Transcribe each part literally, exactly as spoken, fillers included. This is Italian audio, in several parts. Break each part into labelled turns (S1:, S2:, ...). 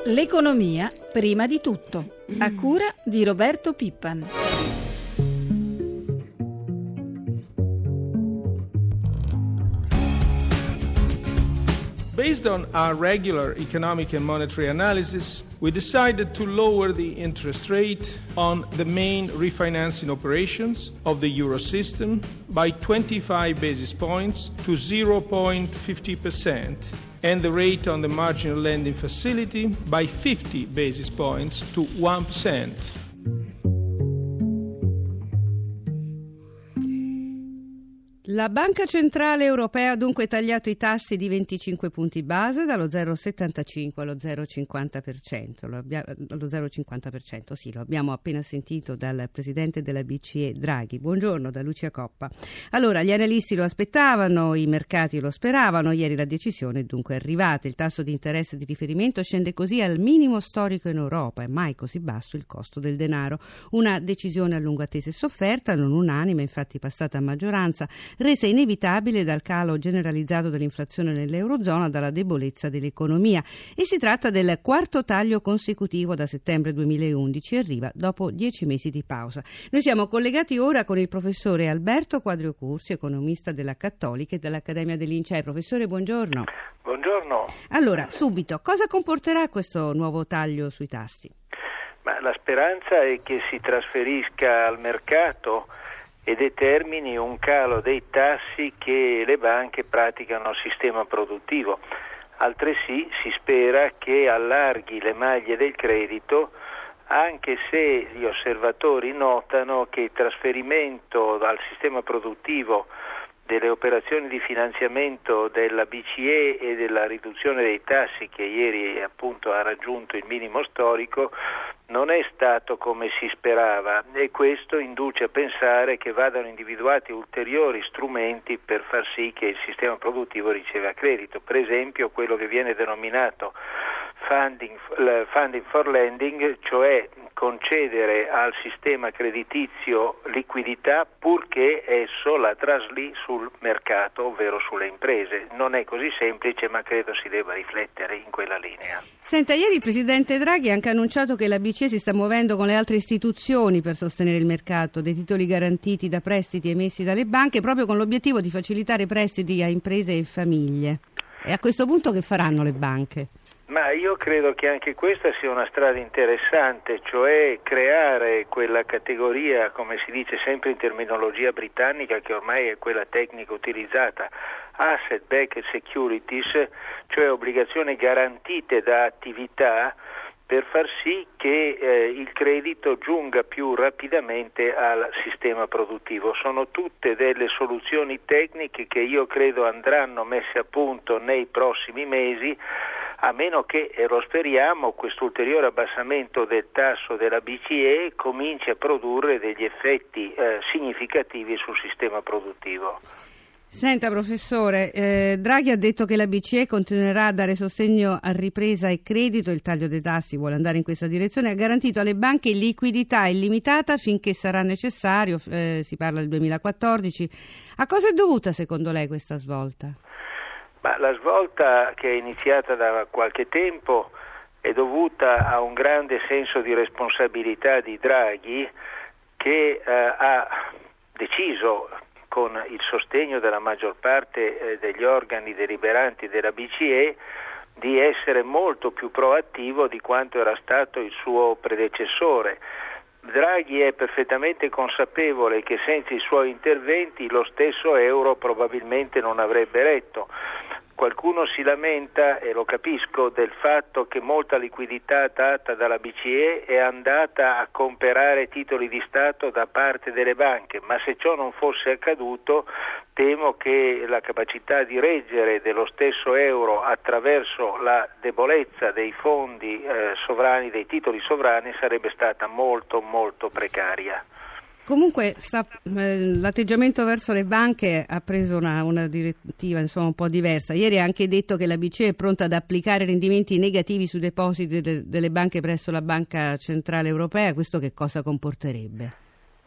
S1: L'economia prima di tutto, a cura di Roberto Pippan.
S2: Based on our regular economic and monetary analysis, we decided to lower the interest rate on the main refinancing operations of the Eurosystem by twenty-five basis points to zero point five zero percent and the rate on the marginal lending facility by fifty basis points to one percent.
S3: La Banca Centrale Europea ha dunque tagliato i tassi di venticinque punti base dallo zero virgola settantacinque allo zero virgola cinquanta per cento. Lo abbia, allo zero virgola cinquanta per cento, sì, lo abbiamo appena sentito dal presidente della B C E Draghi. Buongiorno da Lucia Coppa. Allora, gli analisti lo aspettavano, i mercati lo speravano, ieri la decisione è dunque arrivata. Il tasso di interesse di riferimento scende così al minimo storico in Europa e mai così basso il costo del denaro. Una decisione a lungo attesa e sofferta, non unanime, infatti passata a maggioranza, resa inevitabile dal calo generalizzato dell'inflazione nell'Eurozona, dalla debolezza dell'economia. E si tratta del quarto taglio consecutivo da settembre duemilaundici, arriva dopo dieci mesi di pausa. Noi siamo collegati ora con il professore Alberto Quadriocursi, economista della Cattolica e dell'Accademia dei Lincei. Professore, buongiorno.
S4: Buongiorno.
S3: Allora, subito, cosa comporterà questo nuovo taglio sui tassi?
S4: Ma la speranza è che si trasferisca al mercato e determini un calo dei tassi che le banche praticano al sistema produttivo. Altresì si spera che allarghi le maglie del credito, anche se gli osservatori notano che il trasferimento dal sistema produttivo delle operazioni di finanziamento della B C E e della riduzione dei tassi, che ieri appunto ha raggiunto il minimo storico, non è stato come si sperava, e questo induce a pensare che vadano individuati ulteriori strumenti per far sì che il sistema produttivo riceva credito, per esempio quello che viene denominato funding, funding for lending, cioè concedere al sistema creditizio liquidità purché esso la trasli sul mercato, ovvero sulle imprese. Non è così semplice, ma credo si debba riflettere in quella linea.
S3: Senta, ieri il presidente Draghi ha anche annunciato che la B C E si sta muovendo con le altre istituzioni per sostenere il mercato dei titoli garantiti da prestiti emessi dalle banche, proprio con l'obiettivo di facilitare prestiti a imprese e famiglie. E a questo punto che faranno le banche?
S4: Ma io credo che anche questa sia una strada interessante, cioè creare quella categoria, come si dice sempre in terminologia britannica, che ormai è quella tecnica utilizzata, asset-backed securities, cioè obbligazioni garantite da attività, per far sì che eh, il credito giunga più rapidamente al sistema produttivo. Sono tutte delle soluzioni tecniche che io credo andranno messe a punto nei prossimi mesi, a meno che, e lo speriamo, questo ulteriore abbassamento del tasso della B C E cominci a produrre degli effetti eh, significativi sul sistema produttivo.
S3: Senta professore, eh, Draghi ha detto che la B C E continuerà a dare sostegno a ripresa e credito, il taglio dei tassi vuole andare in questa direzione, ha garantito alle banche liquidità illimitata finché sarà necessario, eh, si parla del duemilaquattordici. A cosa è dovuta secondo lei questa svolta?
S4: Ma la svolta, che è iniziata da qualche tempo, è dovuta a un grande senso di responsabilità di Draghi, che eh, ha deciso, con il sostegno della maggior parte eh, degli organi deliberanti della B C E, di essere molto più proattivo di quanto era stato il suo predecessore. Draghi è perfettamente consapevole che senza i suoi interventi lo stesso euro probabilmente non avrebbe retto. Qualcuno si lamenta, e lo capisco, del fatto che molta liquidità data dalla B C E è andata a comprare titoli di Stato da parte delle banche, ma se ciò non fosse accaduto temo che la capacità di reggere dello stesso euro attraverso la debolezza dei fondi eh, sovrani, dei titoli sovrani, sarebbe stata molto molto precaria.
S3: Comunque sta, eh, l'atteggiamento verso le banche ha preso una, una direttiva insomma un po' diversa. Ieri ha anche detto che la B C E è pronta ad applicare rendimenti negativi sui depositi de, delle banche presso la Banca Centrale Europea. Questo che cosa comporterebbe?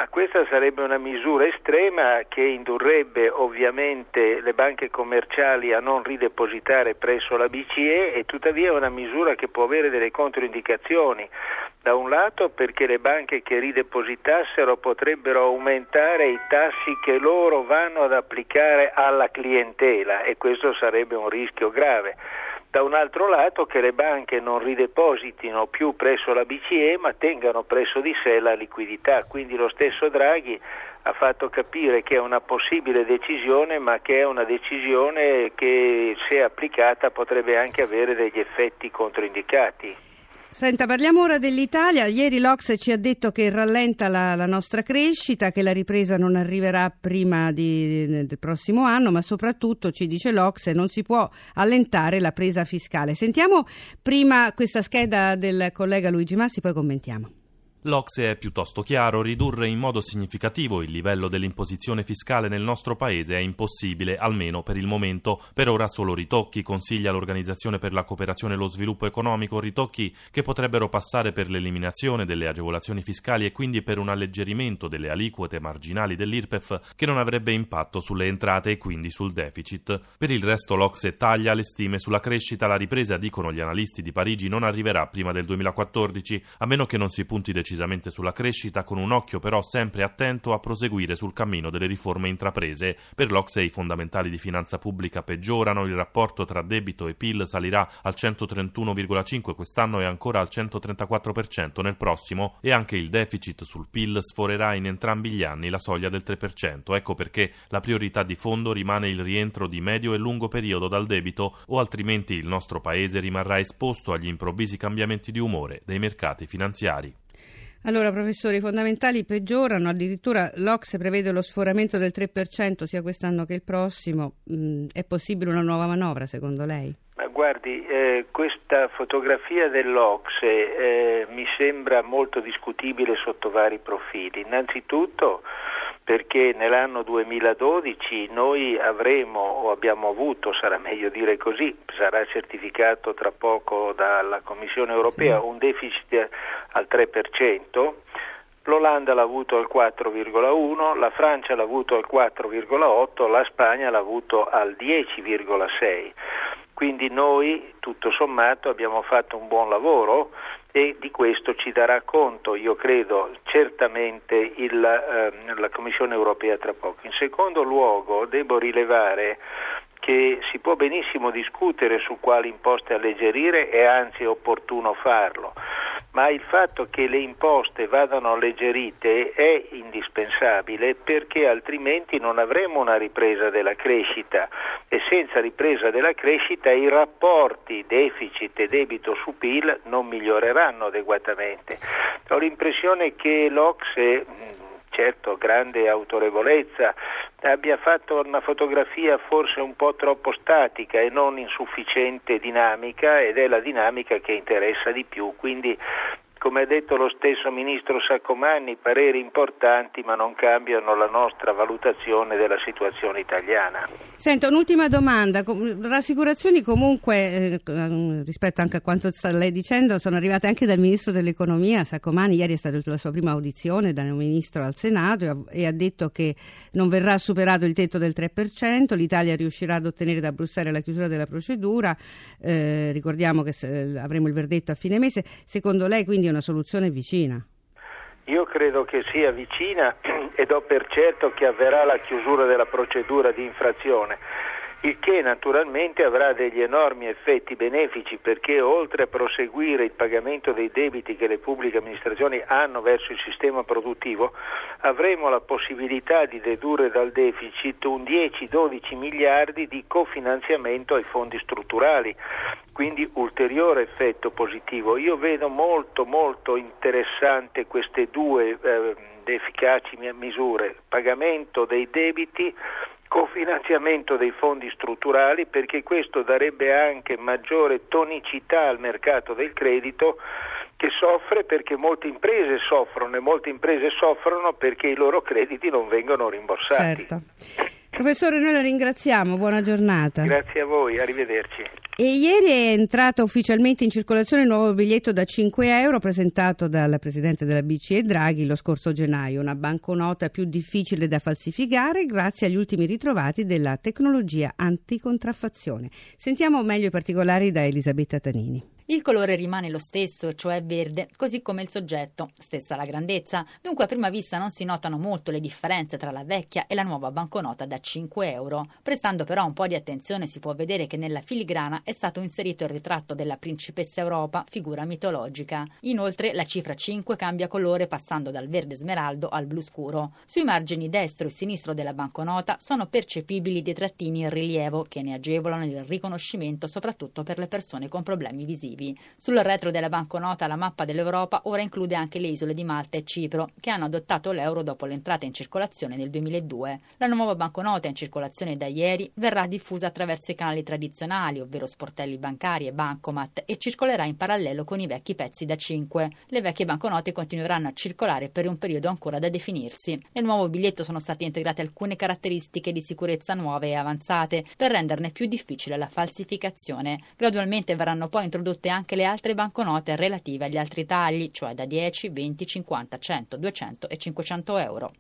S4: Ma questa sarebbe una misura estrema che indurrebbe ovviamente le banche commerciali a non ridepositare presso la B C E, e tuttavia è una misura che può avere delle controindicazioni. Da un lato perché le banche che ridepositassero potrebbero aumentare i tassi che loro vanno ad applicare alla clientela, e questo sarebbe un rischio grave. Da un altro lato che le banche non ridepositino più presso la B C E ma tengano presso di sé la liquidità. Quindi lo stesso Draghi ha fatto capire che è una possibile decisione, ma che è una decisione che, se applicata, potrebbe anche avere degli effetti controindicati.
S3: Senta, parliamo ora dell'Italia. Ieri l'Ocse ci ha detto che rallenta la, la nostra crescita, che la ripresa non arriverà prima di, del prossimo anno, ma soprattutto, ci dice l'Ocse, non si può allentare la presa fiscale. Sentiamo prima questa scheda del collega Luigi Massi, poi commentiamo.
S5: L'Ocse è piuttosto chiaro: ridurre in modo significativo il livello dell'imposizione fiscale nel nostro paese è impossibile, almeno per il momento. Per ora solo ritocchi, consiglia l'Organizzazione per la Cooperazione e lo Sviluppo Economico, ritocchi che potrebbero passare per l'eliminazione delle agevolazioni fiscali e quindi per un alleggerimento delle aliquote marginali dell'I R P E F, che non avrebbe impatto sulle entrate e quindi sul deficit. Per il resto l'Ocse taglia le stime sulla crescita. La ripresa, dicono gli analisti di Parigi, non arriverà prima del duemilaquattordici, a meno che non si punti decisamente decisamente sulla crescita, con un occhio però sempre attento a proseguire sul cammino delle riforme intraprese. Per l'Ocse i fondamentali di finanza pubblica peggiorano, il rapporto tra debito e P I L salirà al centotrentuno virgola cinque quest'anno e ancora al centotrentaquattro per cento nel prossimo, e anche il deficit sul P I L sforerà in entrambi gli anni la soglia del tre per cento. Ecco perché la priorità di fondo rimane il rientro di medio e lungo periodo dal debito, o altrimenti il nostro paese rimarrà esposto agli improvvisi cambiamenti di umore dei mercati finanziari.
S3: Allora, professore, i fondamentali peggiorano, addirittura l'Ocse prevede lo sforamento del tre per cento sia quest'anno che il prossimo. Mm, è possibile una nuova manovra, secondo lei?
S4: Ma guardi, eh, questa fotografia dell'Ocse eh, mi sembra molto discutibile sotto vari profili. Innanzitutto perché nell'anno duemiladodici noi avremo o abbiamo avuto, sarà meglio dire così, sarà certificato tra poco dalla Commissione Europea, sì, un deficit al tre per cento. L'Olanda l'ha avuto al quattro virgola uno, la Francia l'ha avuto al quattro virgola otto, la Spagna l'ha avuto al dieci virgola sei. Quindi noi, tutto sommato, abbiamo fatto un buon lavoro, e di questo ci darà conto, io credo, certamente il, eh, la Commissione Europea tra poco. In secondo luogo, devo rilevare che si può benissimo discutere su quali imposte alleggerire, e anzi è opportuno farlo, ma il fatto che le imposte vadano alleggerite è indispensabile, perché altrimenti non avremo una ripresa della crescita, e senza ripresa della crescita i rapporti deficit e debito su P I L non miglioreranno adeguatamente. Ho l'impressione che l'Ocse, certo grande autorevolezza, abbia fatto una fotografia forse un po' troppo statica e non insufficiente dinamica, ed è la dinamica che interessa di più. Quindi, come ha detto lo stesso ministro Saccomanni, pareri importanti ma non cambiano la nostra valutazione della situazione italiana.
S3: Senta, un'ultima domanda. Rassicurazioni comunque, eh, rispetto anche a quanto sta lei dicendo, sono arrivate anche dal ministro dell'economia Saccomanni. Ieri è stata la sua prima audizione da un ministro al Senato e ha detto che non verrà superato il tetto del tre per cento, l'Italia riuscirà ad ottenere da Bruxelles la chiusura della procedura, eh, ricordiamo che avremo il verdetto a fine mese. Secondo lei quindi una soluzione vicina?
S4: Io credo che sia vicina e do per certo che avverrà la chiusura della procedura di infrazione, il che naturalmente avrà degli enormi effetti benefici, perché oltre a proseguire il pagamento dei debiti che le pubbliche amministrazioni hanno verso il sistema produttivo, avremo la possibilità di dedurre dal deficit un dieci dodici miliardi di cofinanziamento ai fondi strutturali, quindi ulteriore effetto positivo. Io vedo molto molto interessante queste due eh, efficaci misure: pagamento dei debiti, cofinanziamento dei fondi strutturali, perché questo darebbe anche maggiore tonicità al mercato del credito, che soffre perché molte imprese soffrono e molte imprese soffrono perché i loro crediti non vengono rimborsati.
S3: Certo. Professore, noi la ringraziamo, buona giornata.
S4: Grazie a voi, arrivederci.
S3: E ieri è entrato ufficialmente in circolazione il nuovo biglietto da cinque euro presentato dal Presidente della B C E Draghi lo scorso gennaio, una banconota più difficile da falsificare grazie agli ultimi ritrovati della tecnologia anticontraffazione. Sentiamo meglio i particolari da Elisabetta Tanini.
S6: Il colore rimane lo stesso, cioè verde, così come il soggetto, stessa la grandezza. Dunque a prima vista non si notano molto le differenze tra la vecchia e la nuova banconota da cinque euro. Prestando però un po' di attenzione si può vedere che nella filigrana è stato inserito il ritratto della principessa Europa, figura mitologica. Inoltre la cifra cinque cambia colore passando dal verde smeraldo al blu scuro. Sui margini destro e sinistro della banconota sono percepibili dei trattini in rilievo che ne agevolano il riconoscimento soprattutto per le persone con problemi visivi. Sul retro della banconota la mappa dell'Europa ora include anche le isole di Malta e Cipro, che hanno adottato l'euro dopo l'entrata in circolazione nel duemiladue. La nuova banconota in circolazione da ieri verrà diffusa attraverso i canali tradizionali, ovvero sportelli bancari e bancomat, e circolerà in parallelo con i vecchi pezzi da cinque. Le vecchie banconote continueranno a circolare per un periodo ancora da definirsi. Nel nuovo biglietto sono state integrate alcune caratteristiche di sicurezza nuove e avanzate per renderne più difficile la falsificazione. Gradualmente verranno poi introdotte anche le altre banconote relative agli altri tagli, cioè da dieci, venti, cinquanta, cento, duecento e cinquecento euro.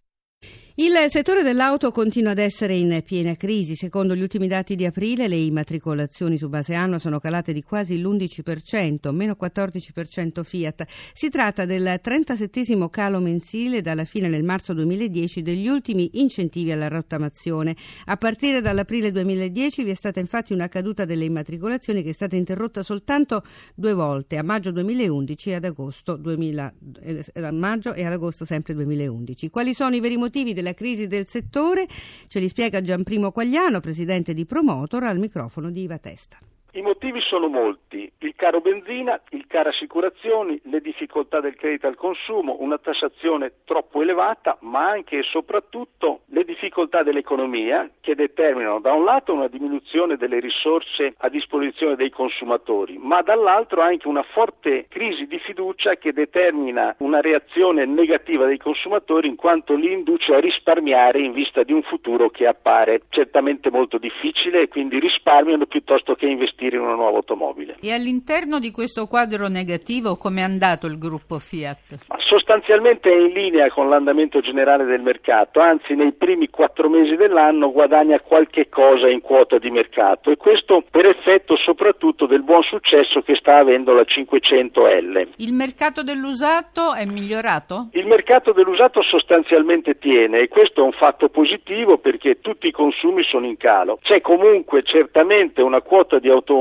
S3: Il settore dell'auto continua ad essere in piena crisi. Secondo gli ultimi dati di aprile le immatricolazioni su base annua sono calate di quasi l'undici per cento, meno quattordici per cento Fiat. Si tratta del trentasettesimo calo mensile dalla fine del marzo duemiladieci degli ultimi incentivi alla rottamazione. A partire dall'aprile duemiladieci vi è stata infatti una caduta delle immatricolazioni che è stata interrotta soltanto due volte, a maggio duemilaundici e ad agosto duemila, eh, a maggio e ad agosto sempre duemilaundici. Quali sono i veri motivi della crisi del settore? Ce li spiega Gianprimo Quagliano, presidente di Promotor, al microfono di Iva Testa.
S7: I motivi sono molti: il caro benzina, il caro assicurazioni, le difficoltà del credito al consumo, una tassazione troppo elevata, ma anche e soprattutto le difficoltà dell'economia che determinano da un lato una diminuzione delle risorse a disposizione dei consumatori, ma dall'altro anche una forte crisi di fiducia che determina una reazione negativa dei consumatori, in quanto li induce a risparmiare in vista di un futuro che appare certamente molto difficile, e quindi risparmiano piuttosto che investire in una nuova automobile.
S8: E all'interno di questo quadro negativo come è andato il gruppo Fiat?
S7: Ma sostanzialmente è in linea con l'andamento generale del mercato, anzi nei primi quattro mesi dell'anno guadagna qualche cosa in quota di mercato, e questo per effetto soprattutto del buon successo che sta avendo la cinquecento L.
S8: Il mercato dell'usato è migliorato?
S7: Il mercato dell'usato sostanzialmente tiene, e questo è un fatto positivo perché tutti i consumi sono in calo. C'è comunque certamente una quota di automobilisti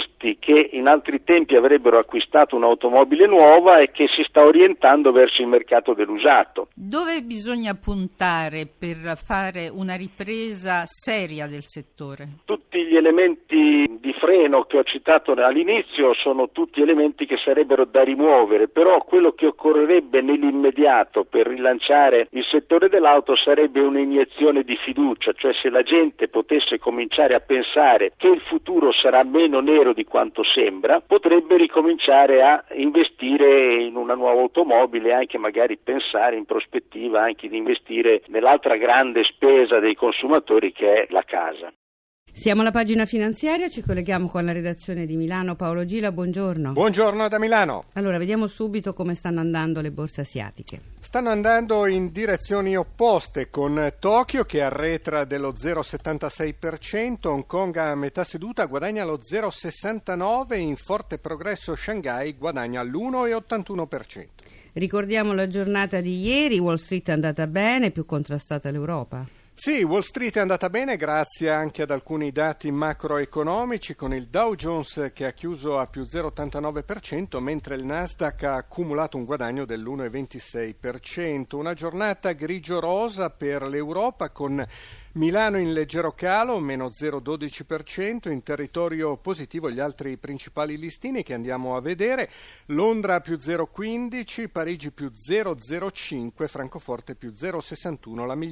S7: che in altri tempi avrebbero acquistato un'automobile nuova e che si sta orientando verso il mercato dell'usato.
S8: Dove bisogna puntare per fare una ripresa seria del settore?
S7: Tutti gli elementi di freno che ho citato all'inizio sono tutti elementi che sarebbero da rimuovere, però quello che occorrerebbe nell'immediato per rilanciare il settore dell'auto sarebbe un'iniezione di fiducia, cioè se la gente potesse cominciare a pensare che il futuro sarà meno nero di quanto sembra, potrebbe ricominciare a investire in una nuova automobile e anche magari pensare in prospettiva anche di investire nell'altra grande spesa dei consumatori che è la casa.
S3: Siamo alla pagina finanziaria, ci colleghiamo con la redazione di Milano. Paolo Gila, buongiorno.
S9: Buongiorno da Milano.
S3: Allora, vediamo subito come stanno andando le borse asiatiche.
S9: Stanno andando in direzioni opposte, con Tokyo che arretra dello zero virgola settantasei per cento, Hong Kong a metà seduta guadagna lo zero virgola sessantanove per cento, in forte progresso Shanghai guadagna l'uno virgola ottantuno per cento.
S3: Ricordiamo la giornata di ieri, Wall Street è andata bene, più contrastata l'Europa.
S9: Sì, Wall Street è andata bene grazie anche ad alcuni dati macroeconomici, con il Dow Jones che ha chiuso a più zero virgola ottantanove per cento, mentre il Nasdaq ha accumulato un guadagno dell'uno virgola ventisei per cento. Una giornata grigio-rosa per l'Europa, con Milano in leggero calo, meno zero virgola dodici per cento, in territorio positivo gli altri principali listini che andiamo a vedere: Londra più zero virgola quindici, Parigi più zero virgola zero cinque, Francoforte più zero virgola sessantuno, la migliore.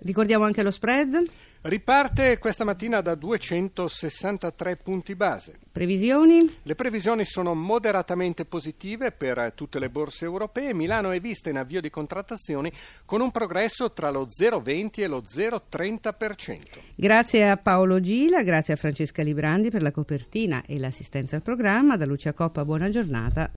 S3: Ricordiamo anche lo spread.
S9: Riparte questa mattina da duecentosessantatré punti base.
S3: Previsioni?
S9: Le previsioni sono moderatamente positive per tutte le borse europee. Milano è vista in avvio di contrattazioni con un progresso tra lo zero virgola venti e lo zero virgola trenta per cento.
S3: Grazie a Paolo Gila, grazie a Francesca Librandi per la copertina e l'assistenza al programma. Da Lucia Coppa, buona giornata.